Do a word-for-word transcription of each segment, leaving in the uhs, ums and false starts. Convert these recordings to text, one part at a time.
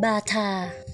บาทา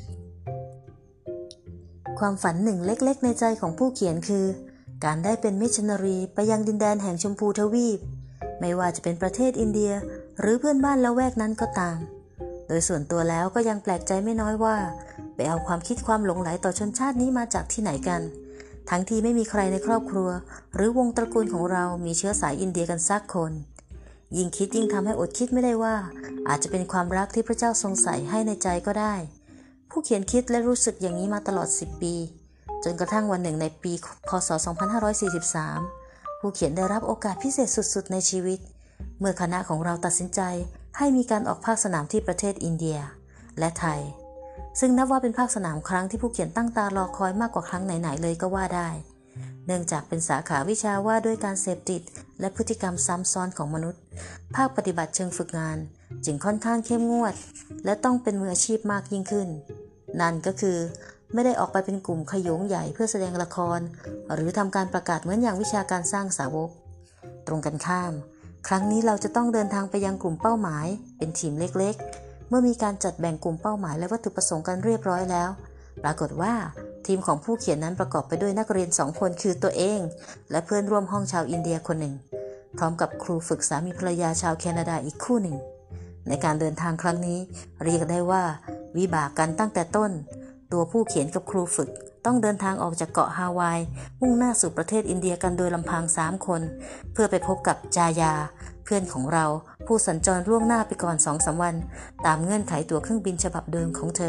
ความฝันหนึ่งเล็กๆในใจของผู้เขียนคือการได้เป็นมิชชันนารีไปยังดินแดนแห่งชมพูทวีปไม่ว่าจะเป็นประเทศอินเดียหรือเพื่อนบ้านละแวกนั้นก็ตามโดยส่วนตัวแล้วก็ยังแปลกใจไม่น้อยว่าไปเอาความคิดความหลงไหลต่อชนชาตินี้มาจากที่ไหนกันทั้งที่ไม่มีใครในครอบครัวหรือวงตระกูลของเรามีเชื้อสายอินเดียกันสักคนยิ่งคิดยิ่งทำให้อดคิดไม่ได้ว่าอาจจะเป็นความรักที่พระเจ้าทรงใส่ให้ในใจก็ได้ผู้เขียนคิดและรู้สึกอย่างนี้มาตลอดสิบปีจนกระทั่งวันหนึ่งในปีพ.ศ. สองพันห้าร้อยสี่สิบสามผู้เขียนได้รับโอกาสพิเศษสุดๆในชีวิตเมื่อคณะของเราตัดสินใจให้มีการออกภาคสนามที่ประเทศอินเดียและไทยซึ่งนับว่าเป็นภาคสนามครั้งที่ผู้เขียนตั้งตารอคอยมากกว่าครั้งไหนๆเลยก็ว่าได้เนื่องจากเป็นสาขาวิชาว่าด้วยการเสพติดและพฤติกรรมซ้ำซ้อนของมนุษย์ภาคปฏิบัติเชิงฝึกงานจึงค่อนข้างเข้มงวดและต้องเป็นมืออาชีพมากยิ่งขึ้นนั่นก็คือไม่ได้ออกไปเป็นกลุ่มขโยงใหญ่เพื่อแสดงละครหรือทำการประกาศเหมือนอย่างวิชาการสร้างสาวกตรงกันข้ามครั้งนี้เราจะต้องเดินทางไปยังกลุ่มเป้าหมายเป็นทีมเล็กๆเมื่อมีการจัดแบ่งกลุ่มเป้าหมายและวัตถุประสงค์กันเรียบร้อยแล้วปรากฏว่าทีมของผู้เขียนนั้นประกอบไปด้วยนักเรียนสองคนคือตัวเองและเพื่อนร่วมห้องชาวอินเดียคนหนึ่งพร้อมกับครูฝึกสามีภรรยาชาวแคนาดาอีกคู่หนึ่งในการเดินทางครั้งนี้เรียกได้ว่าวิบากกันตั้งแต่ต้นตัวผู้เขียนกับครูฝึกต้องเดินทางออกจากเกาะฮาวายมุ่งหน้าสู่ประเทศอินเดียกันโดยลำพังสามคนเพื่อไปพบกับจายาเพื่อนของเราผู้สัญจรล่วงหน้าไปก่อน สองถึงสาม วันตามเงื่อนไขตั๋วเครื่องบินฉบับเดิมของเธ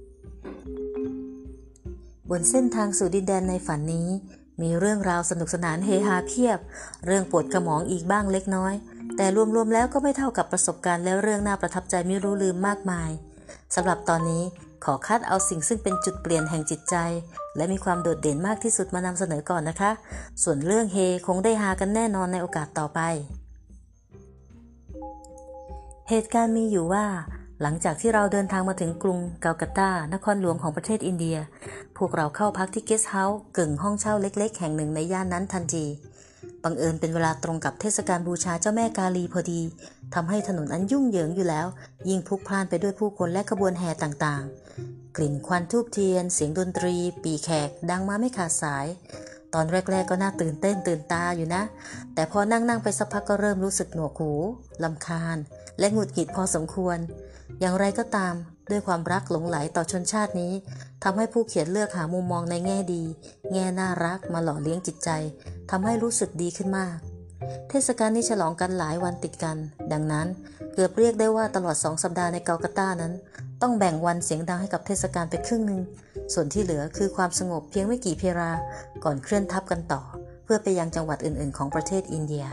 อบนเส้นทางสู่ดินแดนในฝันนี้มีเรื่องราวสนุกสนานเฮฮาเพียบเรื่องปวดกระหม่อมอีกบ้างเล็กน้อยแต่รวมๆแล้วก็ไม่เท่ากับประสบการณ์และเรื่องน่าประทับใจไม่รู้ลืมมากมายสำหรับตอนนี้ขอคัดเอาสิ่งซึ่งเป็นจุดเปลี่ยนแห่งจิตใจและมีความโดดเด่นมากที่สุดมานำเสนอก่อนนะคะส่วนเรื่องเฮคงได้ฮากันแน่นอนในโอกาสต่อไปเหตุการณ์มีอยู่ว่าหลังจากที่เราเดินทางมาถึงกรุงกัลกัตตานครหลวงของประเทศอินเดียพวกเราเข้าพักที่เกสต์เฮาส์กึ่งห้องเช่าเล็กๆแห่งหนึ่งในย่านนั้นทันทีบังเอิญเป็นเวลาตรงกับเทศกาลบูชาเจ้าแม่กาลีพอดีทำให้ถนนอันยุ่งเหยิงอยู่แล้วยิ่งพลุกพล่านไปด้วยผู้คนและขบวนแห่ต่างๆกลิ่นควันธูปเทียนเสียงดนตรีปีแขกดังมาไม่ขาดสายตอนแรกๆก็น่าตื่นเต้นตื่นตาอยู่นะแต่พอนั่งๆไปสักพักก็เริ่มรู้สึกหนวกหูรำคาญและหงุดหงิดพอสมควรอย่างไรก็ตามด้วยความรักหลงไหลต่อชนชาตินี้ทำให้ผู้เขียนเลือกหามุมมองในแง่ดีแง่น่ารักมาหล่อเลี้ยงจิตใจทำให้รู้สึกดีขึ้นมากเทศกาลนี้ฉลองกันหลายวันติดกันดังนั้นเกือบเรียกได้ว่าตลอดสองสัปดาห์ในกัลกัตตานั้นต้องแบ่งวันเสียงดังให้กับเทศกาลไปครึ่งนึงส่วนที่เหลือคือความสงบเพียงไม่กี่เพราก่อนเคลื่อนทัพกันต่อเพื่อไปยังจังหวัดอื่นๆของประเทศอินเดีย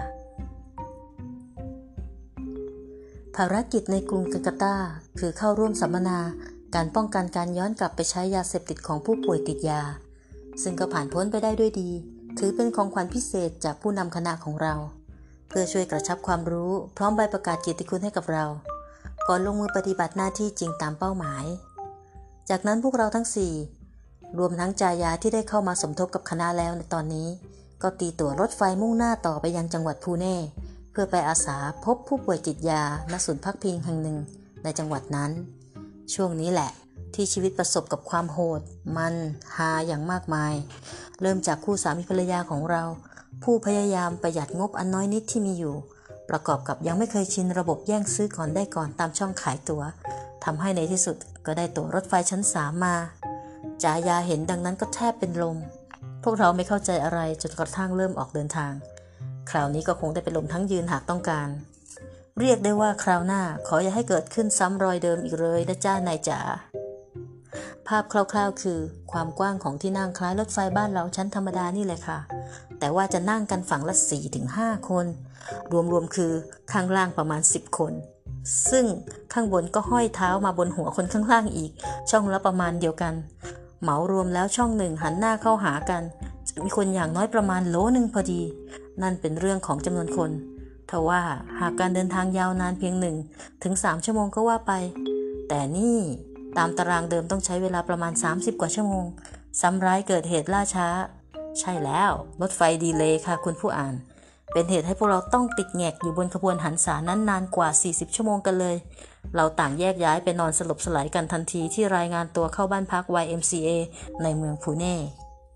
ภารกิจในกรุงกัลกัตตาคือเข้าร่วมสัมมนาการป้องกันการย้อนกลับไปใช้ยาเสพติดของผู้ป่วยติดยาซึ่งก็ผ่านพ้นไปได้ด้วยดีถือเป็นของขวัญพิเศษจากผู้นำคณะของเราเพื่อช่วยกระชับความรู้พร้อมใบประกาศเกียรติคุณให้กับเราก่อนลงมือปฏิบัติหน้าที่จริงตามเป้าหมายจากนั้นพวกเราทั้งสี่รวมทั้งจายาที่ได้เข้ามาสมทบกับคณะแล้วในตอนนี้ก็ตีตั๋วรถไฟมุ่งหน้าต่อไปยังจังหวัดพูเน่เพื่อไปอาสาพบผู้ป่วยติดยาณศูนย์พักพิงแห่งหนึ่งในจังหวัดนั้นช่วงนี้แหละที่ชีวิตประสบกับความโหดมันฮาอย่างมากมายเริ่มจากคู่สามีภรรยาของเราผู้พยายามประหยัดงบอันน้อยนิดที่มีอยู่ประกอบกับยังไม่เคยชินระบบแย่งซื้อก่อนได้ก่อนตามช่องขายตั๋วทำให้ในที่สุดก็ได้ตั๋วรถไฟชั้นสามมาจายาเห็นดังนั้นก็แทบเป็นลมพวกเราไม่เข้าใจอะไรจนกระทั่งเริ่มออกเดินทางคราวนี้ก็คงได้เป็นลมทั้งยืนหากต้องการเรียกได้ว่าคราวหน้าขออย่าให้เกิดขึ้นซ้ำรอยเดิมอีกเลยนะจ้านายจ๋าภาพคร่าวๆคือความกว้างของที่นั่งคล้ายรถไฟบ้านเราชั้นธรรมดานี่เลยค่ะแต่ว่าจะนั่งกันฝั่งละ สี่ถึงห้า คนรวมๆคือข้างล่างประมาณสิบคนซึ่งข้างบนก็ห้อยเท้ามาบนหัวคนข้างล่างอีกช่องละประมาณเดียวกันเหมารวมแล้วช่องหนึ่งหันหน้าเข้าหากันจะมีคนอย่างน้อยประมาณโหลนึงพอดีนั่นเป็นเรื่องของจำนวนคนทว่าหากการเดินทางยาวนานเพียงหนึ่งถึงสามชั่วโมงก็ว่าไปแต่นี่ตามตารางเดิมต้องใช้เวลาประมาณสามสิบกว่าชั่วโมงซ้ำร้ายเกิดเหตุล่าช้าใช่แล้วรถไฟดีเลย์ค่ะคุณผู้อ่านเป็นเหตุให้พวกเราต้องติดแงกอยู่บนขบวนหันษานั้นนานกว่าสี่สิบชั่วโมงกันเลยเราต่างแยกย้ายไปนอนสลบสลายกันทันทีที่รายงานตัวเข้าบ้านพัก วาย เอ็ม ซี เอ ในเมืองพูเน่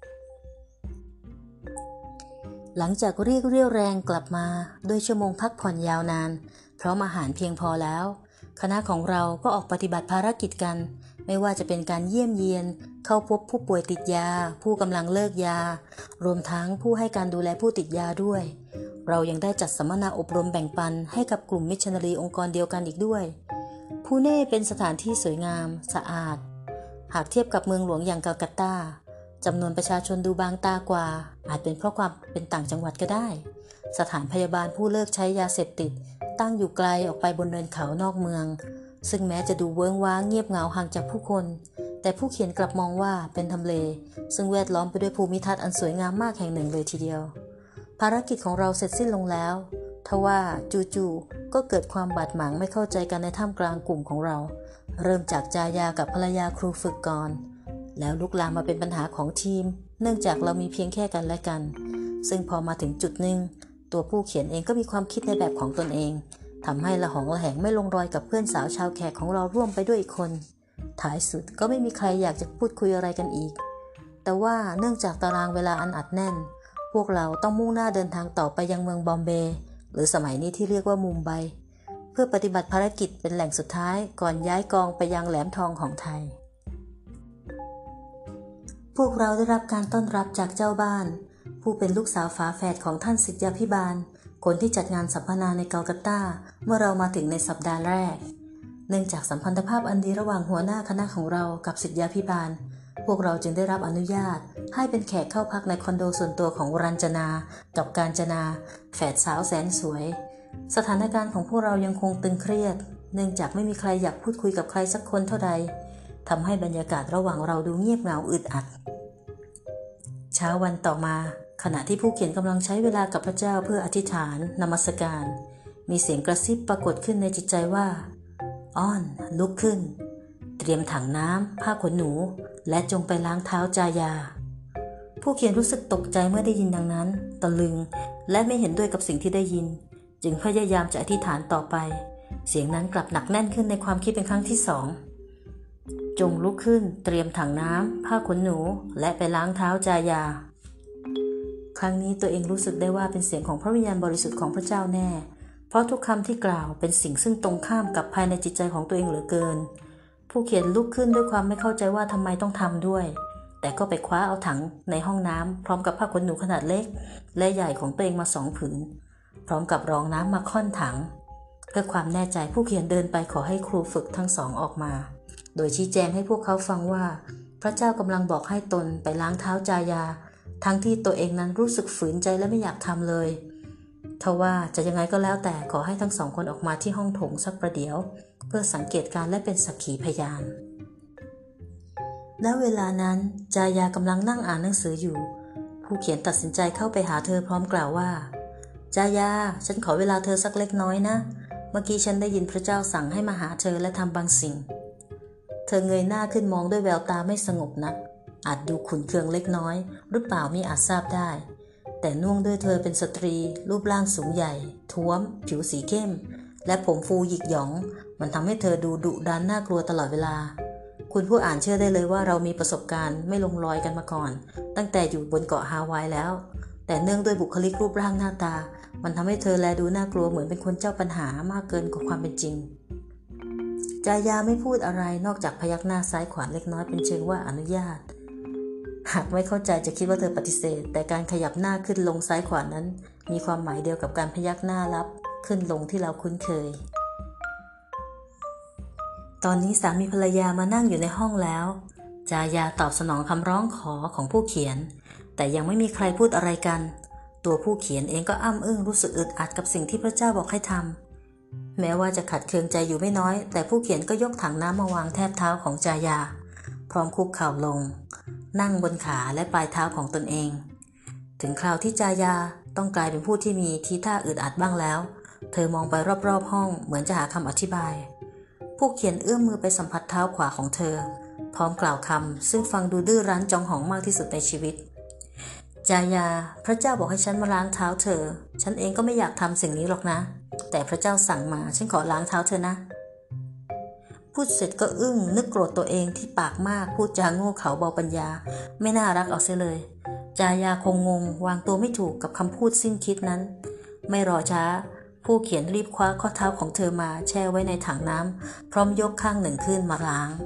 หลังจากเรียกเรี่ยวแรงกลับมาด้วยชั่วโมงพักผ่อนยาวนานเพราะอาหารเพียงพอแล้วคณะของเราก็ออกปฏิบัติภารกิจกันไม่ว่าจะเป็นการเยี่ยมเยียนเข้าพบผู้ป่วยติดยาผู้กำลังเลิกยารวมทั้งผู้ให้การดูแลผู้ติดยาด้วยเรายังได้จัดสัมมนาอบรมแบ่งปันให้กับกลุ่มมิชชันนารีองค์กรเดียวกันอีกด้วยพูเน่เป็นสถานที่สวยงามสะอาดหากเทียบกับเมืองหลวงอย่างกัลกัตตาจำนวนประชาชนดูบางตากว่าอาจเป็นเพราะความเป็นต่างจังหวัดก็ได้สถานพยาบาลผู้เลิกใช้ยาเสพติดตั้งอยู่ไกลออกไปบนเนินเขานอกเมืองซึ่งแม้จะดูเวิ้งว้างเงียบเหงาห่างจากผู้คนแต่ผู้เขียนกลับมองว่าเป็นทำเลซึ่งแวดล้อมไปด้วยภูมิทัศน์อันสวยงามมากแห่งหนึ่งเลยทีเดียวภารกิจของเราเสร็จสิ้นลงแล้วทว่าจู่ๆก็เกิดความบาดหมางไม่เข้าใจกันในท่ามกลางกลุ่มของเราเริ่มจากจายากับภรรยาครูฝึกก่อนแล้วลุกลามมาเป็นปัญหาของทีมเนื่องจากเรามีเพียงแค่กันและกันซึ่งพอมาถึงจุดหนึ่งตัวผู้เขียนเองก็มีความคิดในแบบของตนเองทำให้ละหองละแหงไม่ลงรอยกับเพื่อนสาวชาวแขกของเราร่วมไปด้วยอีกคนท้ายสุดก็ไม่มีใครอยากจะพูดคุยอะไรกันอีกแต่ว่าเนื่องจากตารางเวลาอันอัดแน่นพวกเราต้องมุ่งหน้าเดินทางต่อไปยังเมืองบอมเบย์หรือสมัยนี้ที่เรียกว่ามุมไบเพื่อปฏิบัติภารกิจเป็นแหล่งสุดท้ายก่อนย้ายกองไปยังแหลมทองของไทยพวกเราได้รับการต้อนรับจากเจ้าบ้านผู้เป็นลูกสาวฝาแฝดของท่านศิษยาภิบาลคนที่จัดงานสัมมนาในกัลกัตตาเมื่อเรามาถึงในสัปดาห์แรกเนื่องจากสัมพันธภาพอันดีระหว่างหัวหน้าคณะของเรากับศิษยาภิบาลพวกเราจึงได้รับอนุญาตให้เป็นแขกเข้าพักในคอนโดส่วนตัวของรัญจนากับกาญจนาแฝดสาวแสนสวยสถานการณ์ของพวกเรายังคงตึงเครียดเนื่องจากไม่มีใครอยากพูดคุยกับใครสักคนเท่าใดทำให้บรรยากาศระหว่างเราดูเงียบเหงาอึดอัดเช้าวันต่อมาขณะที่ผู้เขียนกำลังใช้เวลากับพระเจ้าเพื่ออธิษฐานนมัสการมีเสียงกระซิบปรากฏขึ้นในจิตใจว่าอ้อนลุกขึ้นเตรียมถังน้ำผ้าขนหนูและจงไปล้างเท้าจายาผู้เขียนรู้สึกตกใจเมื่อได้ยินดังนั้นตะลึงและไม่เห็นด้วยกับสิ่งที่ได้ยินจึงพยายามจะอธิษฐานต่อไปเสียงนั้นกลับหนักแน่นขึ้นในความคิดเป็นครั้งที่สองจงลุกขึ้นเตรียมถังน้ำผ้าขนหนูและไปล้างเท้าจายาครั้งนี้ตัวเองรู้สึกได้ว่าเป็นเสียงของพระวิญญาณบริสุทธิ์ของพระเจ้าแน่เพราะทุกคำที่กล่าวเป็นสิ่งซึ่งตรงข้ามกับภายในจิตใจของตัวเองเหลือเกินผู้เขียนลุกขึ้นด้วยความไม่เข้าใจว่าทำไมต้องทำด้วยแต่ก็ไปคว้าเอาถังในห้องน้ำพร้อมกับผ้าขนหนูขนาดเล็กและใหญ่ของตัวเองมาสองผืนพร้อมกับรองน้ำมาค่อนถังเพื่อความแน่ใจผู้เขียนเดินไปขอให้ครูฝึกทั้งสองออกมาโดยชี้แจงให้พวกเขาฟังว่าพระเจ้ากำลังบอกให้ตนไปล้างเท้าจายาทั้งที่ตัวเองนั้นรู้สึกฝืนใจและไม่อยากทำเลยทว่าจะยังไงก็แล้วแต่ขอให้ทั้งสองคนออกมาที่ห้องโถงสักประเดี๋ยวเพื่อสังเกตการและเป็นสักขีพยานณเวลานั้นจายากำลังนั่งอ่านหนังสืออยู่ผู้เขียนตัดสินใจเข้าไปหาเธอพร้อมกล่าวว่าจายาฉันขอเวลาเธอสักเล็กน้อยนะเมื่อกี้ฉันได้ยินพระเจ้าสั่งให้มาหาเธอและทำบางสิ่งเธอเงยหน้าขึ้นมองด้วยแววตาไม่สงบนักอาจดูขุ่นเคืองเล็กน้อยหรือเปล่ามิอาจทราบได้แต่เนื่องด้วยเธอเป็นสตรีรูปร่างสูงใหญ่ท้วมผิวสีเข้มและผมฟูหยิกหยองมันทำให้เธอดูดุดันน่ากลัวตลอดเวลาคุณผู้อ่านเชื่อได้เลยว่าเรามีประสบการณ์ไม่ลงรอยกันมาก่อนตั้งแต่อยู่บนเกาะฮาวายแล้วแต่เนื่องด้วยบุคลิกรูปร่างหน้าตามันทำให้เธอแลดูน่ากลัวเหมือนเป็นคนเจ้าปัญหามากเกินกว่าความเป็นจริงจายาไม่พูดอะไรนอกจากพยักหน้าซ้ายขวาเล็กน้อยเป็นเชิงว่าอนุญาตหากไม่เข้าใจจะคิดว่าเธอปฏิเสธแต่การขยับหน้าขึ้นลงซ้ายขวานั้นมีความหมายเดียวกับการพยักหน้ารับขึ้นลงที่เราคุ้นเคยตอนนี้สามีภรรยามานั่งอยู่ในห้องแล้วจายาตอบสนองคำร้องขอของผู้เขียนแต่ยังไม่มีใครพูดอะไรกันตัวผู้เขียนเองก็อ้ำอึ้งรู้สึกอึดอัดกับสิ่งที่พระเจ้าบอกให้ทำแม้ว่าจะขัดเคืองใจอยู่ไม่น้อยแต่ผู้เขียนก็ยกถังน้ำมาวางแทบเท้าของจายาพร้อมคุกเข่าลงนั่งบนขาและปลายเท้าของตนเองถึงคราวที่จายาต้องกลายเป็นผู้ที่มีทีท่าอึดอัดบ้างแล้วเธอมองไปรอบๆห้องเหมือนจะหาคำอธิบายผู้เขียนเอื้อมมือไปสัมผัสเท้าขวาของเธอพร้อมกล่าวคำซึ่งฟังดูดื้อรั้นจองหองมากที่สุดในชีวิตจายาพระเจ้าบอกให้ฉันมาล้างเท้าเธอฉันเองก็ไม่อยากทำสิ่งนี้หรอกนะแต่พระเจ้าสั่งมาฉันขอล้างเท้าเธอนะพูดเสร็จก็อึ้งนึกโกรธตัวเองที่ปากมากพูดจาโง่เขลาเบาปัญญาไม่น่ารักเอาเสียเลยจายาคงงงวางตัวไม่ถูกกับคำพูดสิ้นคิดนั้นไม่รอช้าผู้เขียนรีบคว้าข้อเท้าของเธอมาแช่ไว้ในถังน้ำพร้อมยกข้างหนึ่งขึ้นมาล้าง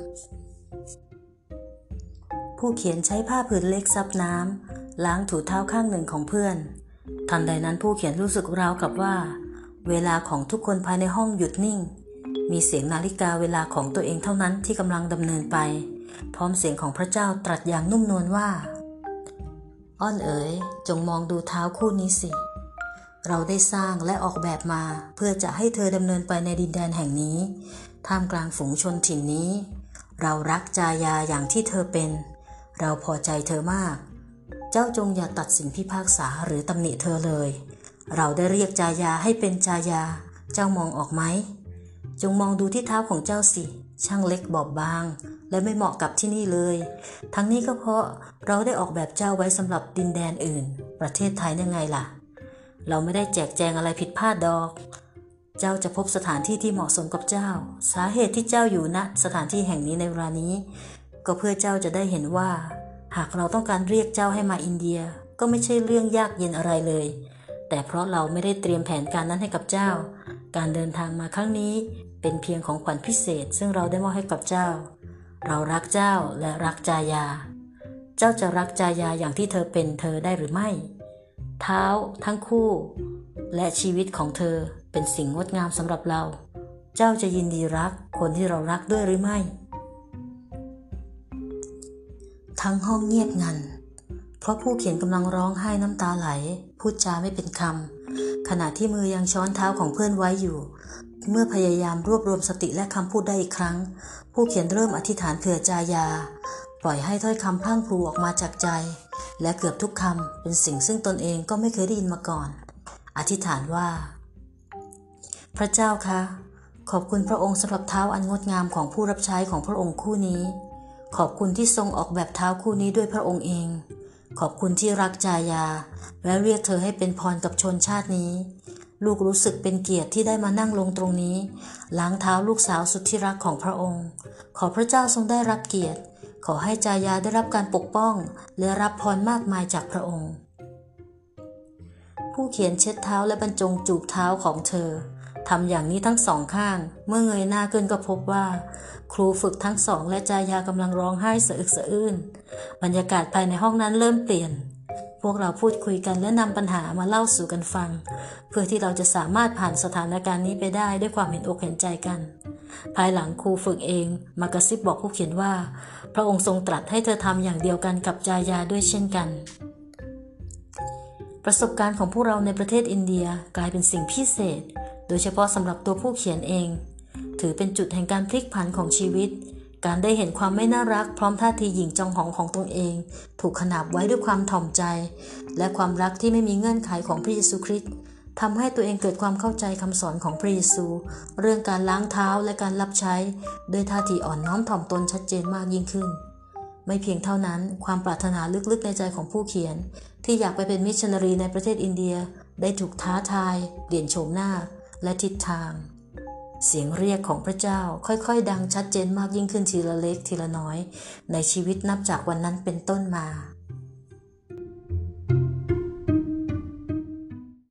ผู้เขียนใช้ผ้าผืนเล็กซับน้ำล้างถูเท้าข้างหนึ่งของเพื่อนทันใดนั้นผู้เขียนรู้สึกราวกับว่าเวลาของทุกคนภายในห้องหยุดนิ่งมีเสียงนาฬิกาเวลาของตัวเองเท่านั้นที่กำลังดำเนินไปพร้อมเสียงของพระเจ้าตรัสอย่างนุ่มนวลว่าอ้อนเอ๋ยจงมองดูเท้าคู่นี้สิเราได้สร้างและออกแบบมาเพื่อจะให้เธอดำเนินไปในดินแดนแห่งนี้ท่ามกลางฝูงชนถิ่นนี้เรารักจายาอย่างที่เธอเป็นเราพอใจเธอมากเจ้าจงอย่าตัดสินพิพากษาหรือตำหนิเธอเลยเราได้เรียกจายาให้เป็นจายาเจ้ามองออกไหมจงมองดูที่เท้าของเจ้าสิช่างเล็กบอบบางและไม่เหมาะกับที่นี่เลยทั้งนี้ก็เพราะเราได้ออกแบบเจ้าไว้สำหรับดินแดนอื่นประเทศไทยยังไงล่ะเราไม่ได้แจกแจงอะไรผิดพลาดดอกเจ้าจะพบสถานที่ที่เหมาะสมกับเจ้าสาเหตุที่เจ้าอยู่ณสถานที่แห่งนี้ในเวลานี้ก็เพื่อเจ้าจะได้เห็นว่าหากเราต้องการเรียกเจ้าให้มาอินเดียก็ไม่ใช่เรื่องยากเย็นอะไรเลยแต่เพราะเราไม่ได้เตรียมแผนการนั้นให้กับเจ้าการเดินทางมาครั้งนี้เป็นเพียงของขวัญพิเศษซึ่งเราได้มอบให้กับเจ้าเรารักเจ้าและรักจายาเจ้าจะรักจายาอย่างที่เธอเป็นเธอได้หรือไม่เท้าทั้งคู่และชีวิตของเธอเป็นสิ่งงดงามสำหรับเราเจ้าจะยินดีรักคนที่เรารักด้วยหรือไม่ทั้งห้องเงียบงันเพราะผู้เขียนกำลังร้องไห้น้ำตาไหลพูดจาไม่เป็นคำขณะที่มือยังช้อนเท้าของเพื่อนไว้อยู่เมื่อพยายามรวบรวมสติและคำพูดได้อีกครั้งผู้เขียนเริ่มอธิษฐานเผื่อจายาปล่อยให้ถ้อยคำพลั่งพลูออกมาจากใจและเกือบทุกคำเป็นสิ่งซึ่งตนเองก็ไม่เคยได้ยินมาก่อนอธิษฐานว่าพระเจ้าคะขอบคุณพระองค์สำหรับเท้าอันงดงามของผู้รับใช้ของพระองค์คู่นี้ขอบคุณที่ทรงออกแบบเท้าคู่นี้ด้วยพระองค์เองขอบคุณที่รักจายาและเรียกเธอให้เป็นพรกับชนชาตินี้ลูกรู้สึกเป็นเกียรติที่ได้มานั่งลงตรงนี้ล้างเท้าลูกสาวสุดที่รักของพระองค์ขอพระเจ้าทรงได้รับเกียรติขอให้จายาได้รับการปกป้องและรับพรมากมายจากพระองค์ผู้เขียนเช็ดเท้าและบรรจงจูบเท้าของเธอทำอย่างนี้ทั้งสองข้างเมื่อเงยหน้าขึ้นก็พบว่าครูฝึกทั้งสองและจายากำลังร้องไห้สะอึกสะอื้นบรรยากาศภายในห้องนั้นเริ่มเปลี่ยนพวกเราพูดคุยกันและนำปัญหามาเล่าสู่กันฟังเพื่อที่เราจะสามารถผ่านสถานการณ์นี้ไปได้ด้วยความเห็นอกเห็นใจกันภายหลังครูฝึกเองมากระซิบบอกผู้เขียนว่าพระองค์ทรงตรัสให้เธอทำอย่างเดียวกันกับจายาด้วยเช่นกันประสบการณ์ของพวกเราในประเทศอินเดียกลายเป็นสิ่งพิเศษโดยเฉพาะสำหรับตัวผู้เขียนเองถือเป็นจุดแห่งการพลิกผันของชีวิตการได้เห็นความไม่น่ารักพร้อมท่าทีหยิ่งจองหองของตนเองถูกขนาบไว้ด้วยความถ่อมใจและความรักที่ไม่มีเงื่อนไขของพระเยซูคริสต์ทำให้ตัวเองเกิดความเข้าใจคำสอนของพระเยซูเรื่องการล้างเท้าและการรับใช้ด้วยท่าทีอ่อนน้อมถ่อมตนชัดเจนมากยิ่งขึ้นไม่เพียงเท่านั้นความปรารถนาลึกๆในใจของผู้เขียนที่อยากไปเป็นมิชชันนารีในประเทศอินเดียได้ถูกท้าทายเปลี่ยนโฉมหน้าและทิศทางเสียงเรียกของพระเจ้าค่อยๆดังชัดเจนมากยิ่งขึ้นทีละเล็กทีละน้อยในชีวิตนับจากวันนั้นเป็นต้นมา